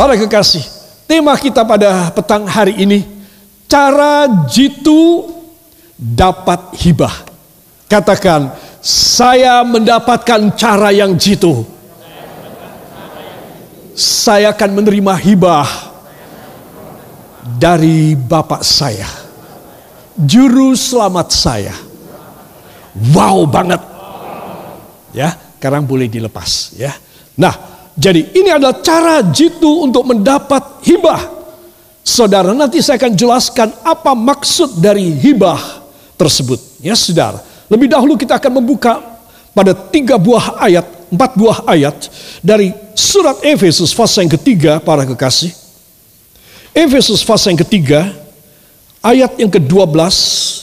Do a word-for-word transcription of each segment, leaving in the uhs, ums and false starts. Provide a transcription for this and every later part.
Para kekasih, tema kita pada petang hari ini, cara jitu dapat hibah. Katakan, saya mendapatkan cara yang jitu. Saya akan menerima hibah dari Bapak saya, Juru Selamat saya. Wow banget. Ya, sekarang boleh dilepas ya. Nah, jadi ini adalah cara jitu untuk mendapat hibah. Saudara, nanti saya akan jelaskan apa maksud dari hibah tersebut. Ya saudara, lebih dahulu kita akan membuka pada tiga buah ayat, empat buah ayat dari surat Efesus pasal yang ketiga, para kekasih. Efesus pasal yang ketiga, ayat yang kedua belas,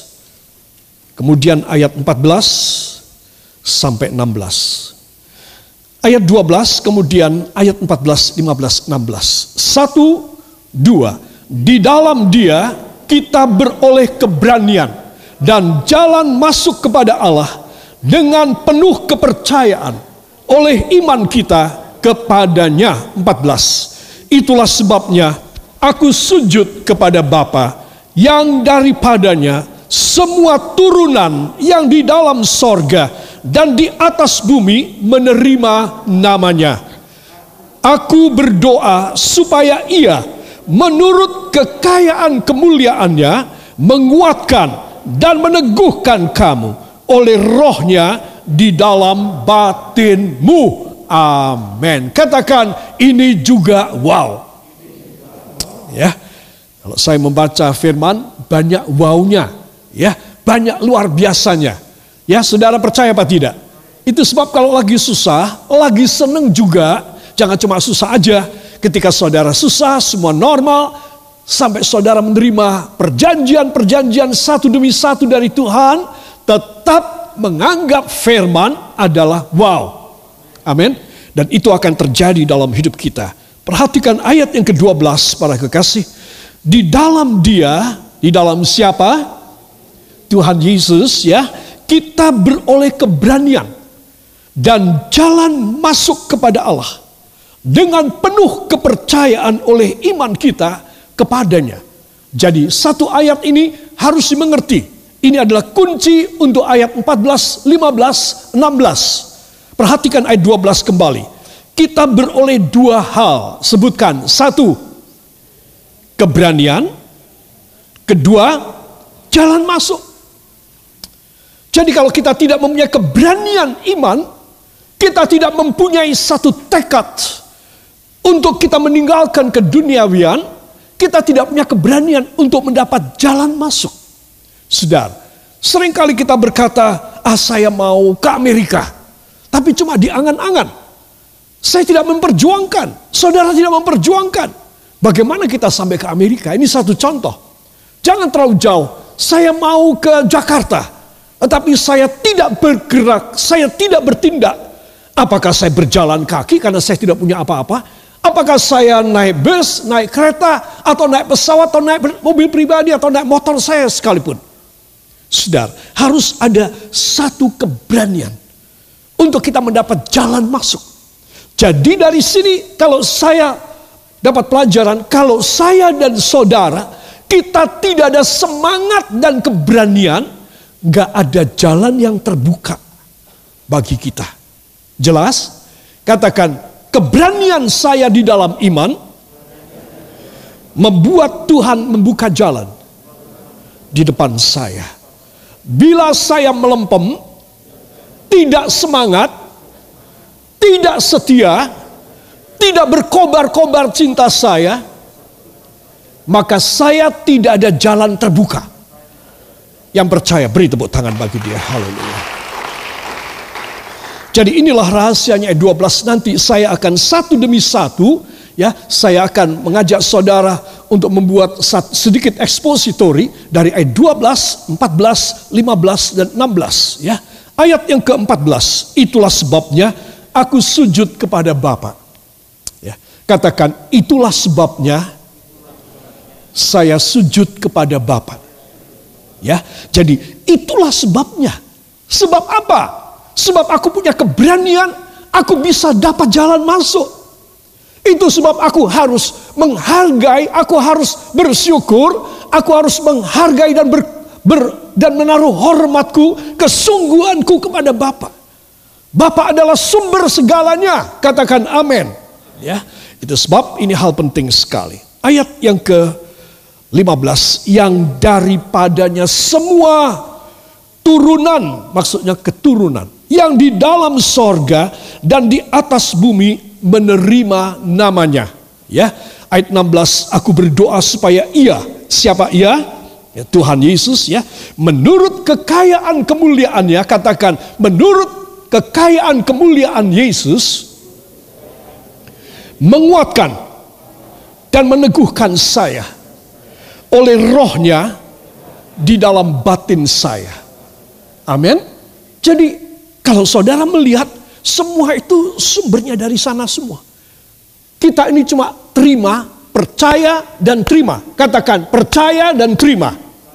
kemudian ayat empat belas sampai enam belas. Ayat dua belas, kemudian ayat empat belas, lima belas, enam belas. Satu, dua. Di dalam Dia kita beroleh keberanian dan jalan masuk kepada Allah dengan penuh kepercayaan oleh iman kita kepadanya. Empat belas. Itulah sebabnya aku sujud kepada Bapa yang daripadanya semua turunan yang di dalam sorga dan di atas bumi menerima namanya. Aku berdoa supaya Ia menurut kekayaan kemuliaannya menguatkan dan meneguhkan kamu oleh rohnya di dalam batinmu. Amin. Katakan, ini juga wow. Ya, kalau saya membaca firman, banyak wownya, ya, banyak luar biasanya. Ya, saudara percaya apa tidak? Itu sebab kalau lagi susah, lagi seneng juga, jangan cuma susah aja. Ketika saudara susah, semua normal, sampai saudara menerima perjanjian-perjanjian satu demi satu dari Tuhan, tetap menganggap firman adalah wow. Amin. Dan itu akan terjadi dalam hidup kita. Perhatikan ayat yang kedua belas, para kekasih. Di dalam Dia, di dalam siapa? Tuhan Yesus, ya. Kita beroleh keberanian dan jalan masuk kepada Allah dengan penuh kepercayaan oleh iman kita kepadanya. Jadi satu ayat ini harus dimengerti. Ini adalah kunci untuk ayat empat belas, lima belas, enam belas. Perhatikan ayat dua belas kembali. Kita beroleh dua hal. Sebutkan. Satu, keberanian. Kedua, jalan masuk. Jadi kalau kita tidak mempunyai keberanian iman, kita tidak mempunyai satu tekad untuk kita meninggalkan keduniawian, kita tidak punya keberanian untuk mendapat jalan masuk. Saudara, seringkali kita berkata, ah saya mau ke Amerika, tapi cuma di angan-angan. Saya tidak memperjuangkan, saudara tidak memperjuangkan. Bagaimana kita sampai ke Amerika? Ini satu contoh. Jangan terlalu jauh, saya mau ke Jakarta. Tetapi saya tidak bergerak, saya tidak bertindak. Apakah saya berjalan kaki karena saya tidak punya apa-apa? Apakah saya naik bus, naik kereta, atau naik pesawat, atau naik mobil pribadi, atau naik motor saya sekalipun? Saudara, harus ada satu keberanian untuk kita mendapat jalan masuk. Jadi dari sini kalau saya dapat pelajaran, kalau saya dan saudara, kita tidak ada semangat dan keberanian, gak ada jalan yang terbuka bagi kita. Jelas? Katakan, keberanian saya di dalam iman membuat Tuhan membuka jalan di depan saya. Bila saya melempem, tidak semangat, tidak setia, tidak berkobar-kobar cinta saya, maka saya tidak ada jalan terbuka. Yang percaya, beri tepuk tangan bagi dia. Haleluya. Jadi inilah rahasianya ayat dua belas. Nanti saya akan satu demi satu, ya, saya akan mengajak saudara untuk membuat sedikit ekspositori dari ayat dua belas, empat belas, lima belas, dan enam belas. Ya. Ayat yang ke empat belas, itulah sebabnya aku sujud kepada Bapa. Ya. Katakan, itulah sebabnya saya sujud kepada Bapa. Ya, jadi itulah sebabnya. Sebab apa? Sebab aku punya keberanian, aku bisa dapat jalan masuk. Itu sebab aku harus menghargai, aku harus bersyukur, aku harus menghargai dan ber, ber, dan menaruh hormatku, kesungguhanku kepada Bapa. Bapa adalah sumber segalanya, katakan amin. Ya, itu sebab ini hal penting sekali. Ayat yang ke lima belas, yang daripadanya semua turunan, maksudnya keturunan, yang di dalam sorga dan di atas bumi menerima namanya. Ya, ayat enam belas, aku berdoa supaya ia, siapa ia? Ya, Tuhan Yesus, ya, menurut kekayaan kemuliaannya, katakan menurut kekayaan kemuliaan Yesus, menguatkan dan meneguhkan saya oleh rohnya di dalam batin saya. Amin. Jadi kalau saudara melihat semua itu sumbernya dari sana semua. Kita ini cuma terima, percaya dan terima. Katakan percaya dan terima.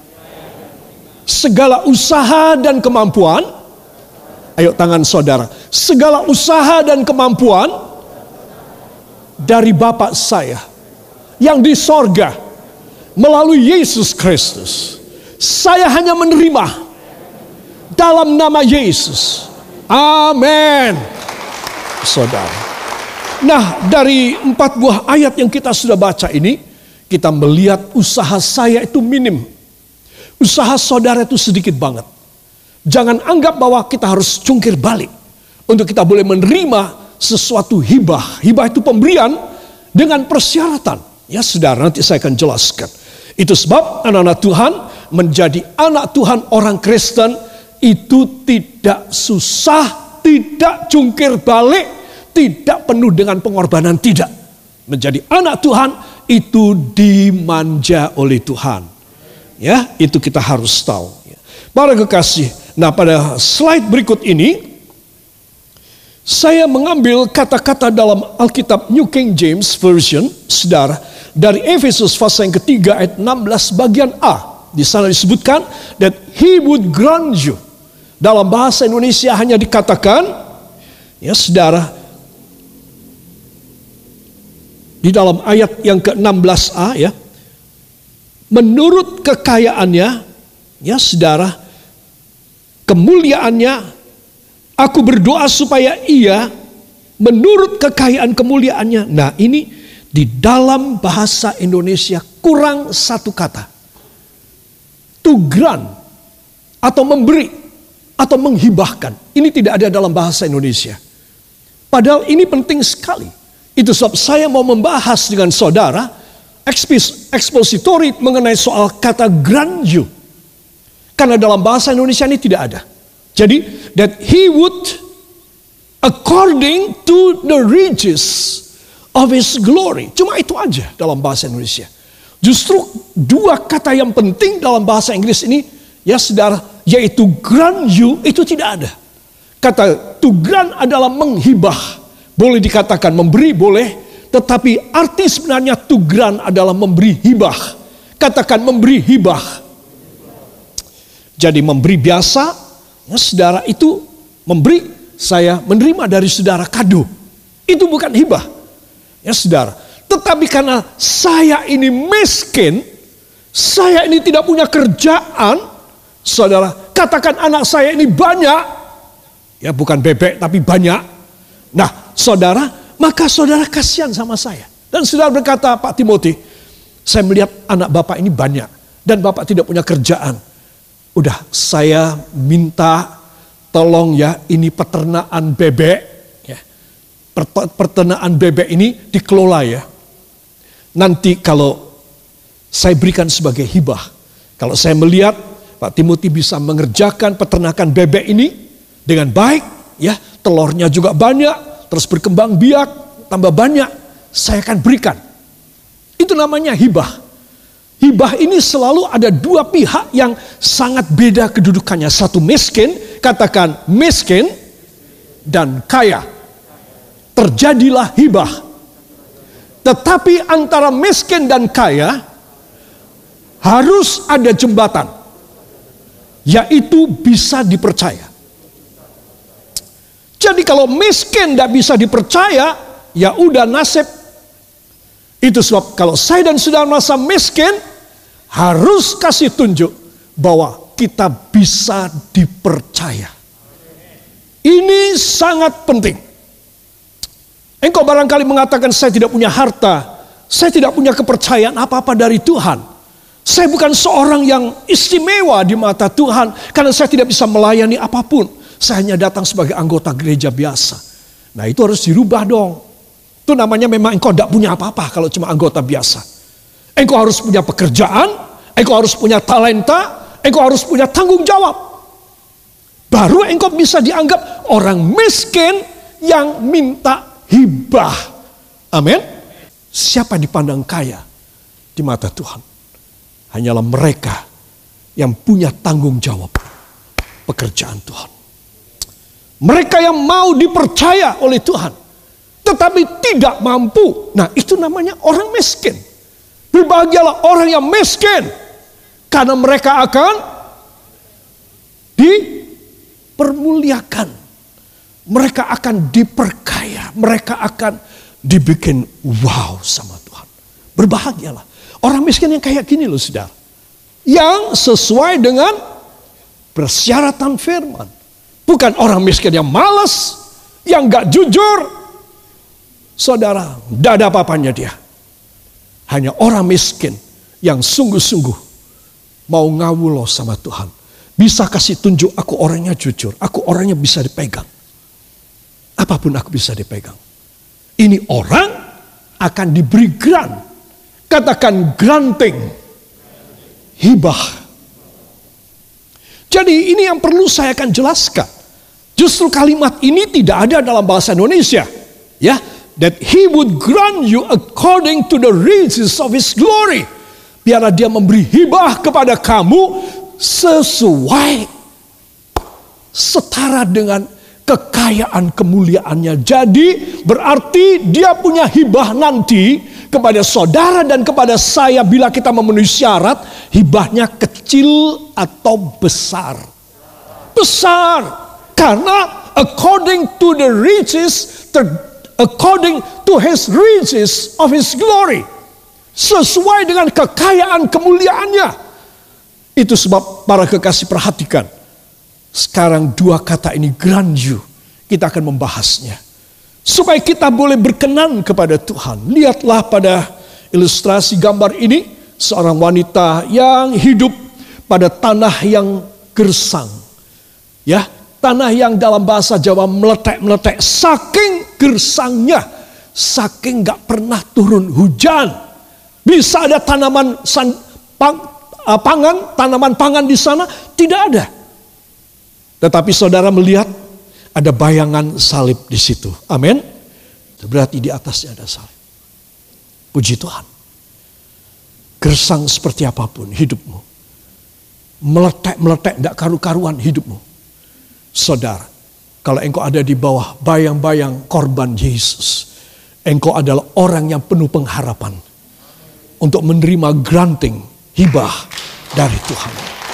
Segala usaha dan kemampuan. Ayo tangan saudara. Segala usaha dan kemampuan dari Bapa saya yang di sorga melalui Yesus Kristus. Saya hanya menerima dalam nama Yesus. Amin. Saudara. Nah, dari empat buah ayat yang kita sudah baca ini, kita melihat usaha saya itu minim. Usaha saudara itu sedikit banget. Jangan anggap bahwa kita harus jungkir balik untuk kita boleh menerima sesuatu hibah. Hibah itu pemberian dengan persyaratan. Ya, saudara, nanti saya akan jelaskan. Itu sebab anak-anak Tuhan, menjadi anak Tuhan orang Kristen itu tidak susah, tidak jungkir balik, tidak penuh dengan pengorbanan, tidak. Menjadi anak Tuhan itu dimanja oleh Tuhan. Ya, itu kita harus tahu. Para kekasih, nah pada slide berikut ini saya mengambil kata-kata dalam Alkitab New King James Version, saudara, dari Efesus pasal yang ketiga ayat enam belas bagian A. Di sana disebutkan that he would grant you. Dalam bahasa Indonesia hanya dikatakan, ya saudara, di dalam ayat yang ke enam belas A, ya, menurut kekayaannya, ya saudara, kemuliaannya, aku berdoa supaya ia menurut kekayaan kemuliaannya. Nah, ini di dalam bahasa Indonesia kurang satu kata. To grant atau memberi atau menghibahkan. Ini tidak ada dalam bahasa Indonesia. Padahal ini penting sekali. Itu sebab saya mau membahas dengan saudara expository mengenai soal kata grant you. Karena dalam bahasa Indonesia ini tidak ada. Jadi, that he would according to the riches of his glory. Cuma itu aja dalam bahasa Indonesia. Justru dua kata yang penting dalam bahasa Inggris ini, ya saudara, yaitu grant you, itu tidak ada. Kata to grant adalah menghibah. Boleh dikatakan memberi, boleh. Tetapi arti sebenarnya to grant adalah memberi hibah. Katakan memberi hibah. Jadi memberi biasa, ya saudara, itu memberi, saya menerima dari saudara kado. Itu bukan hibah. Ya saudara. Tetapi karena saya ini miskin, saya ini tidak punya kerjaan, saudara, katakan anak saya ini banyak, ya bukan bebek tapi banyak. Nah, saudara, maka saudara kasihan sama saya. Dan saudara berkata, Pak Timothy, saya melihat anak bapak ini banyak dan bapak tidak punya kerjaan. Udah, saya minta tolong ya, ini peternakan bebek, ya, peternakan bebek ini dikelola ya. Nanti kalau saya berikan sebagai hibah, kalau saya melihat Pak Timothy bisa mengerjakan peternakan bebek ini dengan baik, ya telurnya juga banyak, terus berkembang biak, tambah banyak, saya akan berikan. Itu namanya hibah. Hibah ini selalu ada dua pihak yang sangat beda kedudukannya. Satu miskin, katakan miskin, dan kaya. Terjadilah hibah. Tetapi antara miskin dan kaya harus ada jembatan, yaitu bisa dipercaya. Jadi kalau miskin tidak bisa dipercaya, ya udah nasib Itu sebab kalau saya dan saudara merasa miskin, harus kasih tunjuk bahwa kita bisa dipercaya. Ini sangat penting. Engkau barangkali mengatakan saya tidak punya harta, saya tidak punya kepercayaan apa-apa dari Tuhan. Saya bukan seorang yang istimewa di mata Tuhan karena saya tidak bisa melayani apapun. Saya hanya datang sebagai anggota gereja biasa. Nah, itu harus dirubah dong. Itu namanya memang engkau tidak punya apa-apa kalau cuma anggota biasa. Engkau harus punya pekerjaan, engkau harus punya talenta, engkau harus punya tanggung jawab. Baru engkau bisa dianggap orang miskin yang minta hibah. Amin. Siapa yang dipandang kaya di mata Tuhan? Hanyalah mereka yang punya tanggung jawab pekerjaan Tuhan. Mereka yang mau dipercaya oleh Tuhan, tetapi tidak mampu. Nah, itu namanya orang miskin. Berbahagialah orang yang miskin, karena mereka akan dipermuliakan. Mereka akan diperkaya. Mereka akan dibikin wow sama Tuhan. Berbahagialah orang miskin yang kayak gini loh saudara. Yang sesuai dengan persyaratan firman. Bukan orang miskin yang malas, yang gak jujur. Saudara, tidak ada apa-apanya dia. Hanya orang miskin yang sungguh-sungguh mau ngawulo sama Tuhan. Bisa kasih tunjuk, aku orangnya jujur. Aku orangnya bisa dipegang. Apapun aku bisa dipegang. Ini orang akan diberi grant. Katakan granting. Hibah. Jadi ini yang perlu saya akan jelaskan. Justru kalimat ini tidak ada dalam bahasa Indonesia. Ya, that he would grant you according to the riches of his glory. Biarlah dia memberi hibah kepada kamu sesuai, setara dengan kekayaan kemuliaannya. Jadi berarti dia punya hibah nanti kepada saudara dan kepada saya bila kita memenuhi syarat. Hibahnya kecil atau besar? Besar. Karena according to the riches, according to his riches of his glory. Sesuai dengan kekayaan kemuliaannya. Itu sebab para kekasih perhatikan. Sekarang dua kata ini grant you. Kita akan membahasnya. Supaya kita boleh berkenan kepada Tuhan. Lihatlah pada ilustrasi gambar ini. Seorang wanita yang hidup pada tanah yang gersang. Ya, tanah yang dalam bahasa Jawa meletek-meletek. Saking gersangnya. Saking gak pernah turun hujan. Bisa ada tanaman san, pang, uh, pangan, tanaman pangan di sana. Tidak ada. Tetapi saudara melihat ada bayangan salib di situ. Amin. Berarti di atasnya ada salib. Puji Tuhan. Gersang seperti apapun hidupmu. Meletek-meletek, tidak karu-karuan hidupmu. Saudara, kalau engkau ada di bawah bayang-bayang korban Yesus, engkau adalah orang yang penuh pengharapan untuk menerima granting, hibah dari Tuhan.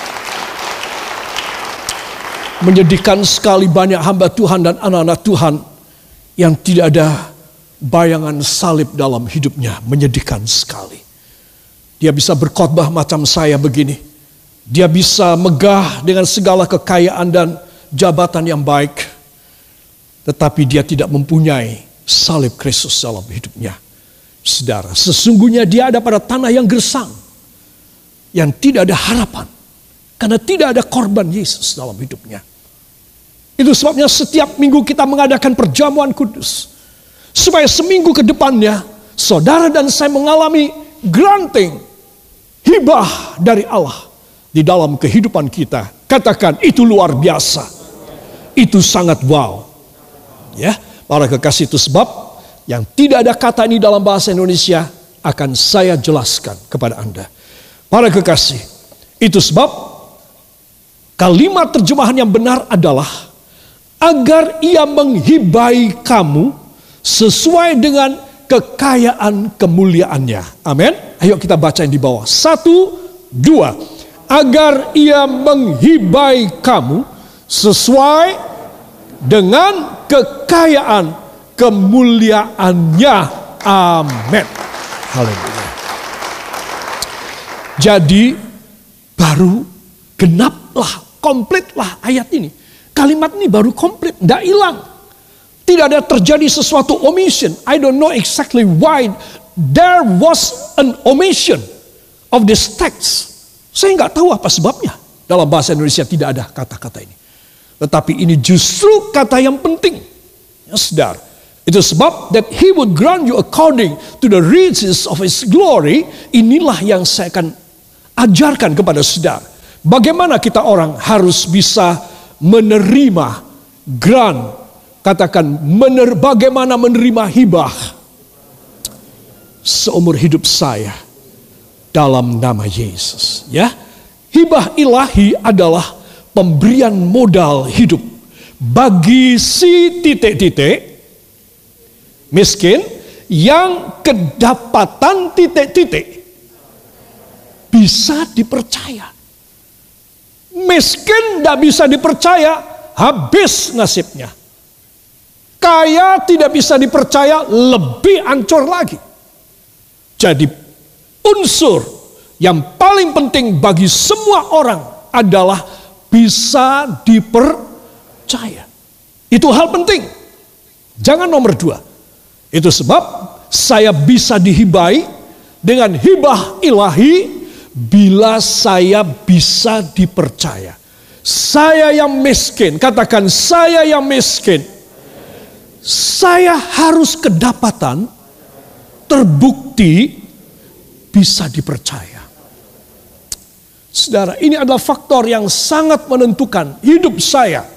Menyedihkan sekali banyak hamba Tuhan dan anak-anak Tuhan yang tidak ada bayangan salib dalam hidupnya. Menyedihkan sekali. Dia bisa berkhotbah macam saya begini. Dia bisa megah dengan segala kekayaan dan jabatan yang baik. Tetapi dia tidak mempunyai salib Kristus dalam hidupnya. Saudara, sesungguhnya dia ada pada tanah yang gersang. Yang tidak ada harapan. Karena tidak ada korban Yesus dalam hidupnya. Itu sebabnya setiap minggu kita mengadakan perjamuan kudus. Supaya seminggu ke depannya, saudara dan saya mengalami granting, hibah dari Allah di dalam kehidupan kita. Katakan, itu luar biasa. Itu sangat wow. Ya, para kekasih, itu sebab yang tidak ada kata ini dalam bahasa Indonesia akan saya jelaskan kepada Anda. Para kekasih, itu sebab kalimat terjemahan yang benar adalah agar ia menghibai kamu sesuai dengan kekayaan kemuliaannya. Amin. Ayo kita baca yang di bawah. Satu, dua. Agar ia menghibai kamu sesuai dengan kekayaan kemuliaannya. Amin. Haleluya. Jadi baru genaplah, komplitlah ayat ini. Kalimat ini baru komplit, tidak hilang. Tidak ada terjadi sesuatu omission. I don't know exactly why there was an omission of this text. Saya nggak tahu apa sebabnya. Dalam bahasa Indonesia tidak ada kata-kata ini. Tetapi ini justru kata yang penting. Ya, saudara. Itu sebab that he would grant you according to the riches of his glory. Inilah yang saya akan ajarkan kepada saudara. Bagaimana kita orang harus bisa menerima grant. Katakan mener, bagaimana menerima hibah seumur hidup saya dalam nama Yesus. Ya, hibah ilahi adalah pemberian modal hidup bagi si titik-titik miskin yang kedapatan titik-titik bisa dipercaya. Miskin tidak bisa dipercaya, habis nasibnya. Kaya tidak bisa dipercaya, lebih hancur lagi. Jadi unsur yang paling penting bagi semua orang adalah bisa dipercaya. Itu hal penting. Jangan nomor dua. Itu sebab saya bisa dihibai dengan hibah ilahi bila saya bisa dipercaya. Saya yang miskin, katakan saya yang miskin. Saya harus kedapatan terbukti bisa dipercaya. Saudara, ini adalah faktor yang sangat menentukan hidup saya.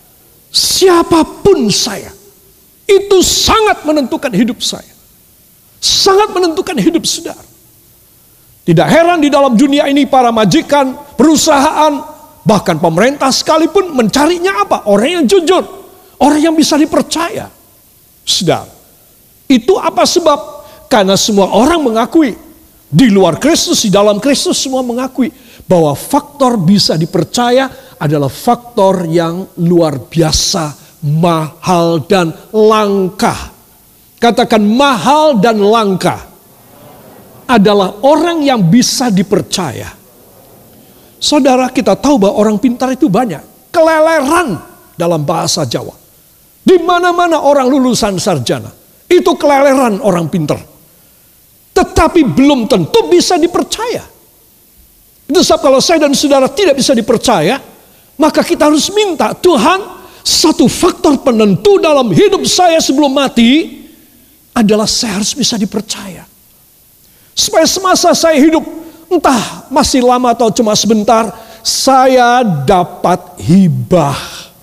Siapapun saya, itu sangat menentukan hidup saya. Sangat menentukan hidup saudara. Tidak heran di dalam dunia ini para majikan, perusahaan, bahkan pemerintah sekalipun mencarinya apa? Orang yang jujur, orang yang bisa dipercaya. Saudara, itu apa sebab? Karena semua orang mengakui, di luar Kristus, di dalam Kristus semua mengakui bahwa faktor bisa dipercaya adalah faktor yang luar biasa, mahal dan langka. Katakan mahal dan langka. Adalah orang yang bisa dipercaya. Saudara, kita tahu bahwa orang pintar itu banyak. Keleleran dalam bahasa Jawa. Di mana-mana orang lulusan sarjana. Itu keleleran orang pintar. Tetapi belum tentu bisa dipercaya. Itu sebab kalau saya dan saudara tidak bisa dipercaya, maka kita harus minta, Tuhan, satu faktor penentu dalam hidup saya sebelum mati adalah saya harus bisa dipercaya. Supaya semasa saya hidup, entah masih lama atau cuma sebentar, saya dapat hibah.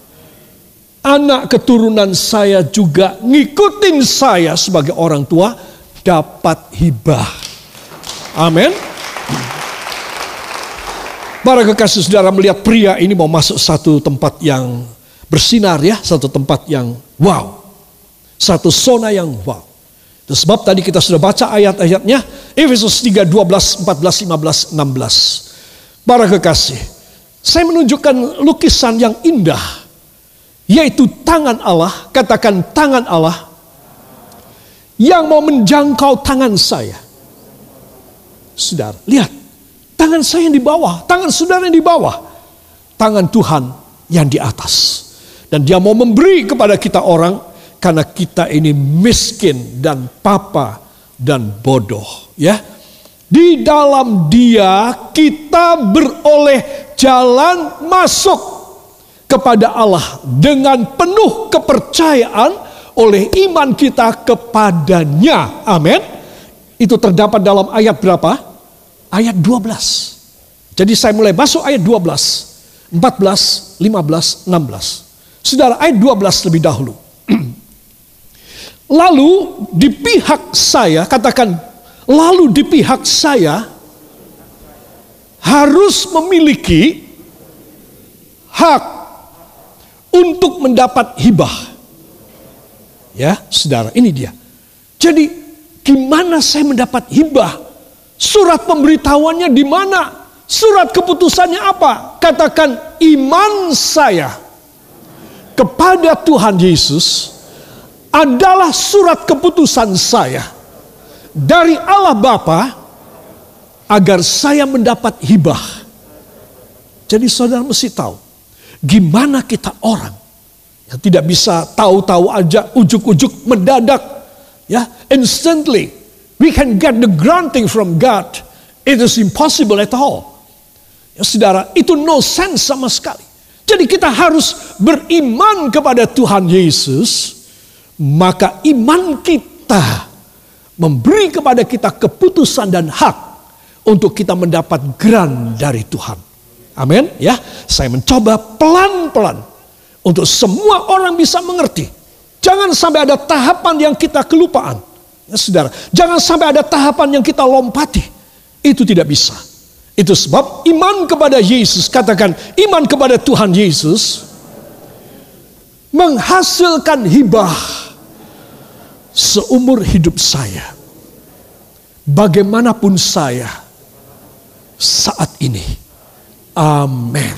Anak keturunan saya juga ngikutin saya sebagai orang tua, dapat hibah. Amin. Para kekasih saudara, melihat pria ini mau masuk satu tempat yang bersinar ya, satu tempat yang wow. Satu zona yang wow. Itu sebab tadi kita sudah baca ayat-ayatnya, Efesus tiga, dua belas, empat belas, lima belas, enam belas. Para kekasih, saya menunjukkan lukisan yang indah, yaitu tangan Allah, katakan tangan Allah, yang mau menjangkau tangan saya. Saudara, lihat, tangan saya yang di bawah, tangan saudara yang di bawah, tangan Tuhan yang di atas. Dan dia mau memberi kepada kita orang, karena kita ini miskin dan papa dan bodoh, ya. Di dalam Dia kita beroleh jalan masuk kepada Allah dengan penuh kepercayaan oleh iman kita kepadanya. Amin. Itu terdapat dalam ayat berapa? Ayat dua belas. Jadi saya mulai masuk ayat dua belas, empat belas, lima belas, enam belas. Saudara, ayat dua belas lebih dahulu. Lalu di pihak saya, katakan, lalu di pihak saya harus memiliki hak untuk mendapat hibah. Ya, saudara, ini dia. Jadi, gimana saya mendapat hibah? Surat pemberitahuannya di mana? Surat keputusannya apa? Katakan, iman saya kepada Tuhan Yesus adalah surat keputusan saya dari Allah Bapa agar saya mendapat hibah. Jadi saudara mesti tahu gimana kita orang yang tidak bisa tahu-tahu aja ujuk-ujuk mendadak, ya, instantly we can get the granting from God. It is impossible at all. Ya saudara, itu no sense sama sekali. Jadi kita harus beriman kepada Tuhan Yesus, maka iman kita memberi kepada kita keputusan dan hak untuk kita mendapat grant dari Tuhan. Amin, ya. Saya mencoba pelan-pelan untuk semua orang bisa mengerti. Jangan sampai ada tahapan yang kita kelupaan. Ya saudara, jangan sampai ada tahapan yang kita lompati. Itu tidak bisa. Itu sebab iman kepada Yesus, katakan iman kepada Tuhan Yesus, menghasilkan hibah seumur hidup saya. Bagaimanapun saya saat ini. Amin.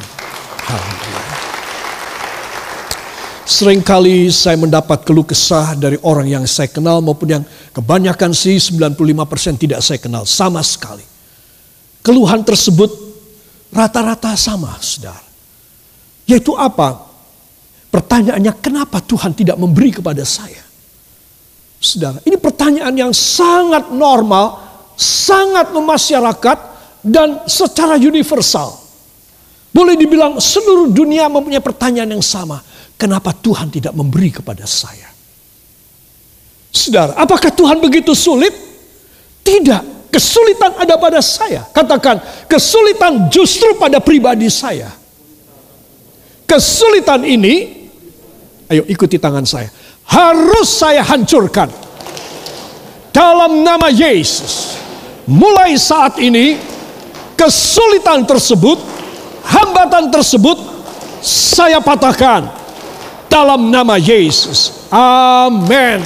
Seringkali saya mendapat keluh kesah dari orang yang saya kenal maupun yang kebanyakan sih sembilan puluh lima persen tidak saya kenal sama sekali. Keluhan tersebut rata-rata sama, saudara. Yaitu apa? Pertanyaannya, kenapa Tuhan tidak memberi kepada saya? Saudara, ini pertanyaan yang sangat normal, sangat memasyarakat, dan secara universal. Boleh dibilang seluruh dunia mempunyai pertanyaan yang sama. Kenapa Tuhan tidak memberi kepada saya? Saudara, apakah Tuhan begitu sulit? Tidak. Kesulitan ada pada saya. Katakan, kesulitan justru pada pribadi saya. Kesulitan ini, ayo ikuti tangan saya, harus saya hancurkan. Dalam nama Yesus. Mulai saat ini, kesulitan tersebut, hambatan tersebut, saya patahkan. Dalam nama Yesus. Amin.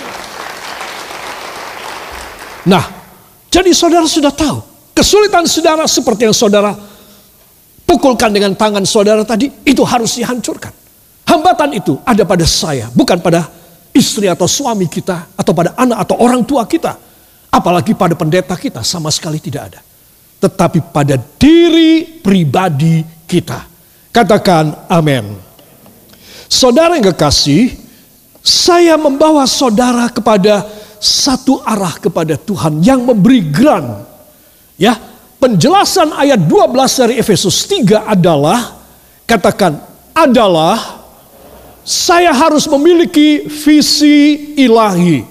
Nah, jadi saudara sudah tahu. Kesulitan saudara seperti yang saudara pukulkan dengan tangan saudara tadi. Itu harus dihancurkan. Hambatan itu ada pada saya. Bukan pada istri atau suami kita. Atau pada anak atau orang tua kita. Apalagi pada pendeta kita. Sama sekali tidak ada. Tetapi pada diri pribadi kita. Katakan amin. Saudara yang kekasih, saya membawa saudara kepada satu arah kepada Tuhan yang memberi grant. Ya, penjelasan ayat dua belas dari Efesus tiga adalah, katakan, adalah saya harus memiliki visi ilahi.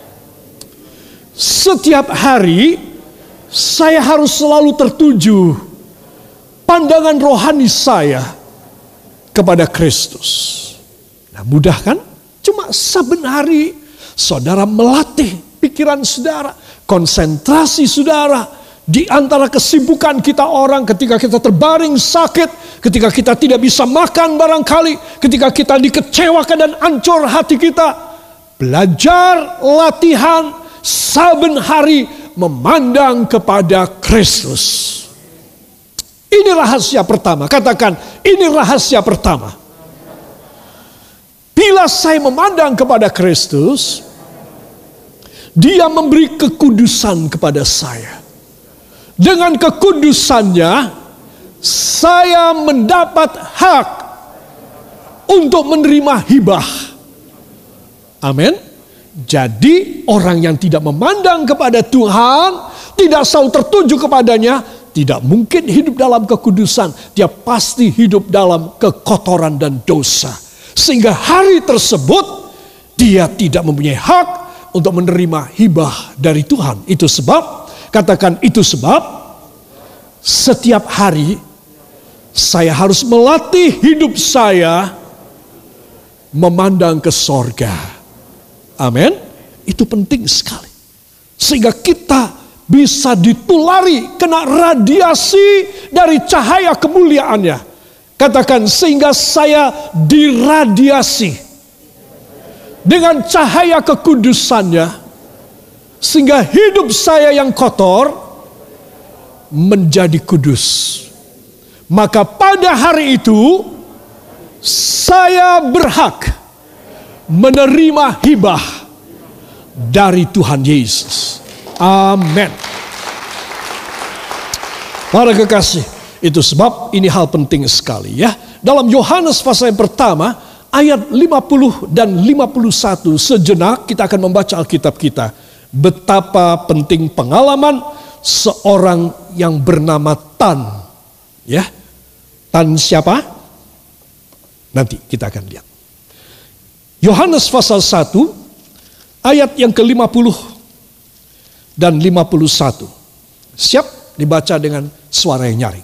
Setiap hari saya harus selalu tertuju pandangan rohani saya kepada Kristus. Nah, mudah kan? Cuma saben hari saudara melatih pikiran saudara, konsentrasi saudara di antara kesibukan kita orang ketika kita terbaring sakit, ketika kita tidak bisa makan barangkali, ketika kita dikecewakan dan hancur hati kita. Belajar, latihan, saben hari memandang kepada Kristus. Ini rahasia pertama. Katakan, ini rahasia pertama. Bila saya memandang kepada Kristus, Dia memberi kekudusan kepada saya. Dengan kekudusannya, saya mendapat hak untuk menerima hibah. Amin. Jadi orang yang tidak memandang kepada Tuhan, tidak selalu tertuju kepadanya, tidak mungkin hidup dalam kekudusan. Dia pasti hidup dalam kekotoran dan dosa. Sehingga hari tersebut dia tidak mempunyai hak untuk menerima hibah dari Tuhan. Itu sebab, katakan itu sebab, setiap hari saya harus melatih hidup saya memandang ke sorga. Amin. Itu penting sekali. Sehingga kita bisa ditulari, kena radiasi dari cahaya kemuliaannya. Katakan, sehingga saya diradiasi dengan cahaya kekudusannya, sehingga hidup saya yang kotor menjadi kudus. Maka pada hari itu saya berhak menerima hibah dari Tuhan Yesus. Amin. Para kekasih, itu sebab ini hal penting sekali ya. Dalam Yohanes pasal yang pertama, ayat lima puluh dan lima puluh satu, sejenak kita akan membaca Alkitab kita. Betapa penting pengalaman seorang yang bernama Tan. Ya, Tan siapa? Nanti kita akan lihat. Yohanes pasal satu, ayat yang ke lima puluh dan lima puluh satu. Siap? Dibaca dengan suara yang nyaring.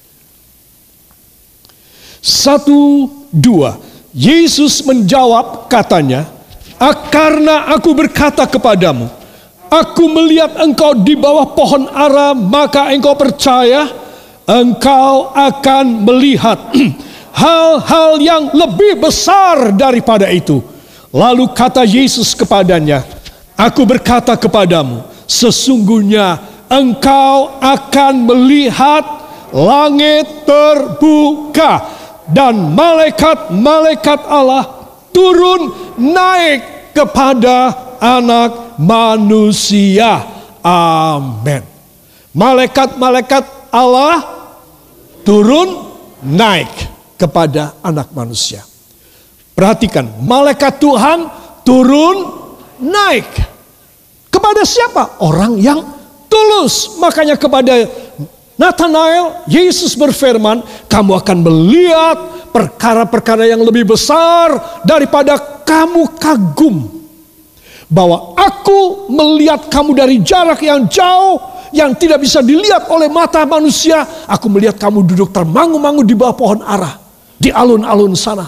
Satu, dua. Yesus menjawab katanya, ah, karena aku berkata kepadamu, aku melihat engkau di bawah pohon ara, maka engkau percaya, engkau akan melihat hal-hal yang lebih besar daripada itu. Lalu kata Yesus kepadanya, aku berkata kepadamu, sesungguhnya engkau akan melihat langit terbuka dan malaikat-malaikat Allah turun naik kepada anak manusia. Amin. Malaikat-malaikat Allah turun naik kepada anak manusia. Perhatikan, malaikat Tuhan turun naik. Kepada siapa? Orang yang tulus. Makanya kepada Nathanael, Yesus berfirman, kamu akan melihat perkara-perkara yang lebih besar daripada kamu kagum. Bahwa aku melihat kamu dari jarak yang jauh, yang tidak bisa dilihat oleh mata manusia. Aku melihat kamu duduk termangu-mangu di bawah pohon ara, di alun-alun sana.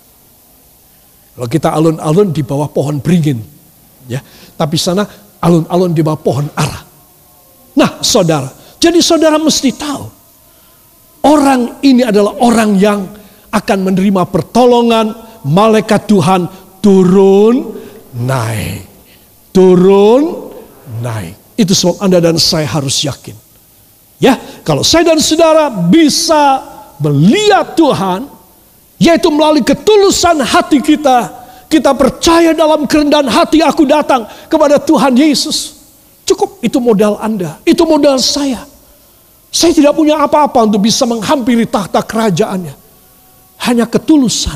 Kalau kita alun-alun di bawah pohon beringin, ya, tapi sana alun-alun di bawah pohon ara. Nah, saudara, jadi saudara mesti tahu, orang ini adalah orang yang akan menerima pertolongan. Malaikat Tuhan turun naik, turun naik. Itu sebab Anda dan saya harus yakin. Ya, kalau saya dan saudara bisa melihat Tuhan, yaitu melalui ketulusan hati kita, kita percaya dalam kerendahan hati, aku datang kepada Tuhan Yesus. Cukup, itu modal Anda, itu modal saya. Saya tidak punya apa-apa untuk bisa menghampiri tahta kerajaannya. Hanya ketulusan.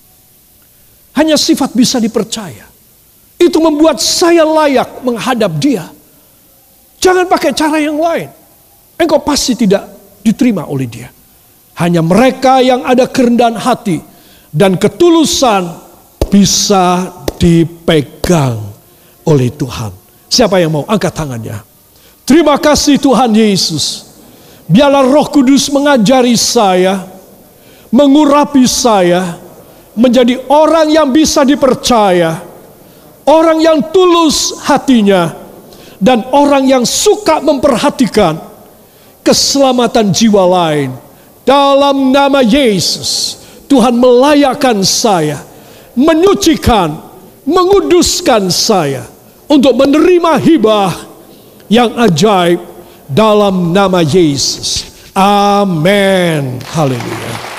Hanya sifat bisa dipercaya. Itu membuat saya layak menghadap Dia. Jangan pakai cara yang lain. Engkau pasti tidak diterima oleh Dia. Hanya mereka yang ada kerendahan hati dan ketulusan bisa dipegang oleh Tuhan. Siapa yang mau angkat tangannya? Terima kasih Tuhan Yesus. Biarlah Roh Kudus mengajari saya, mengurapi saya, menjadi orang yang bisa dipercaya, orang yang tulus hatinya, dan orang yang suka memperhatikan keselamatan jiwa lain. Dalam nama Yesus, Tuhan melayakkan saya, menyucikan, menguduskan saya untuk menerima hibah yang ajaib dalam nama Yesus. Amin. Haleluya.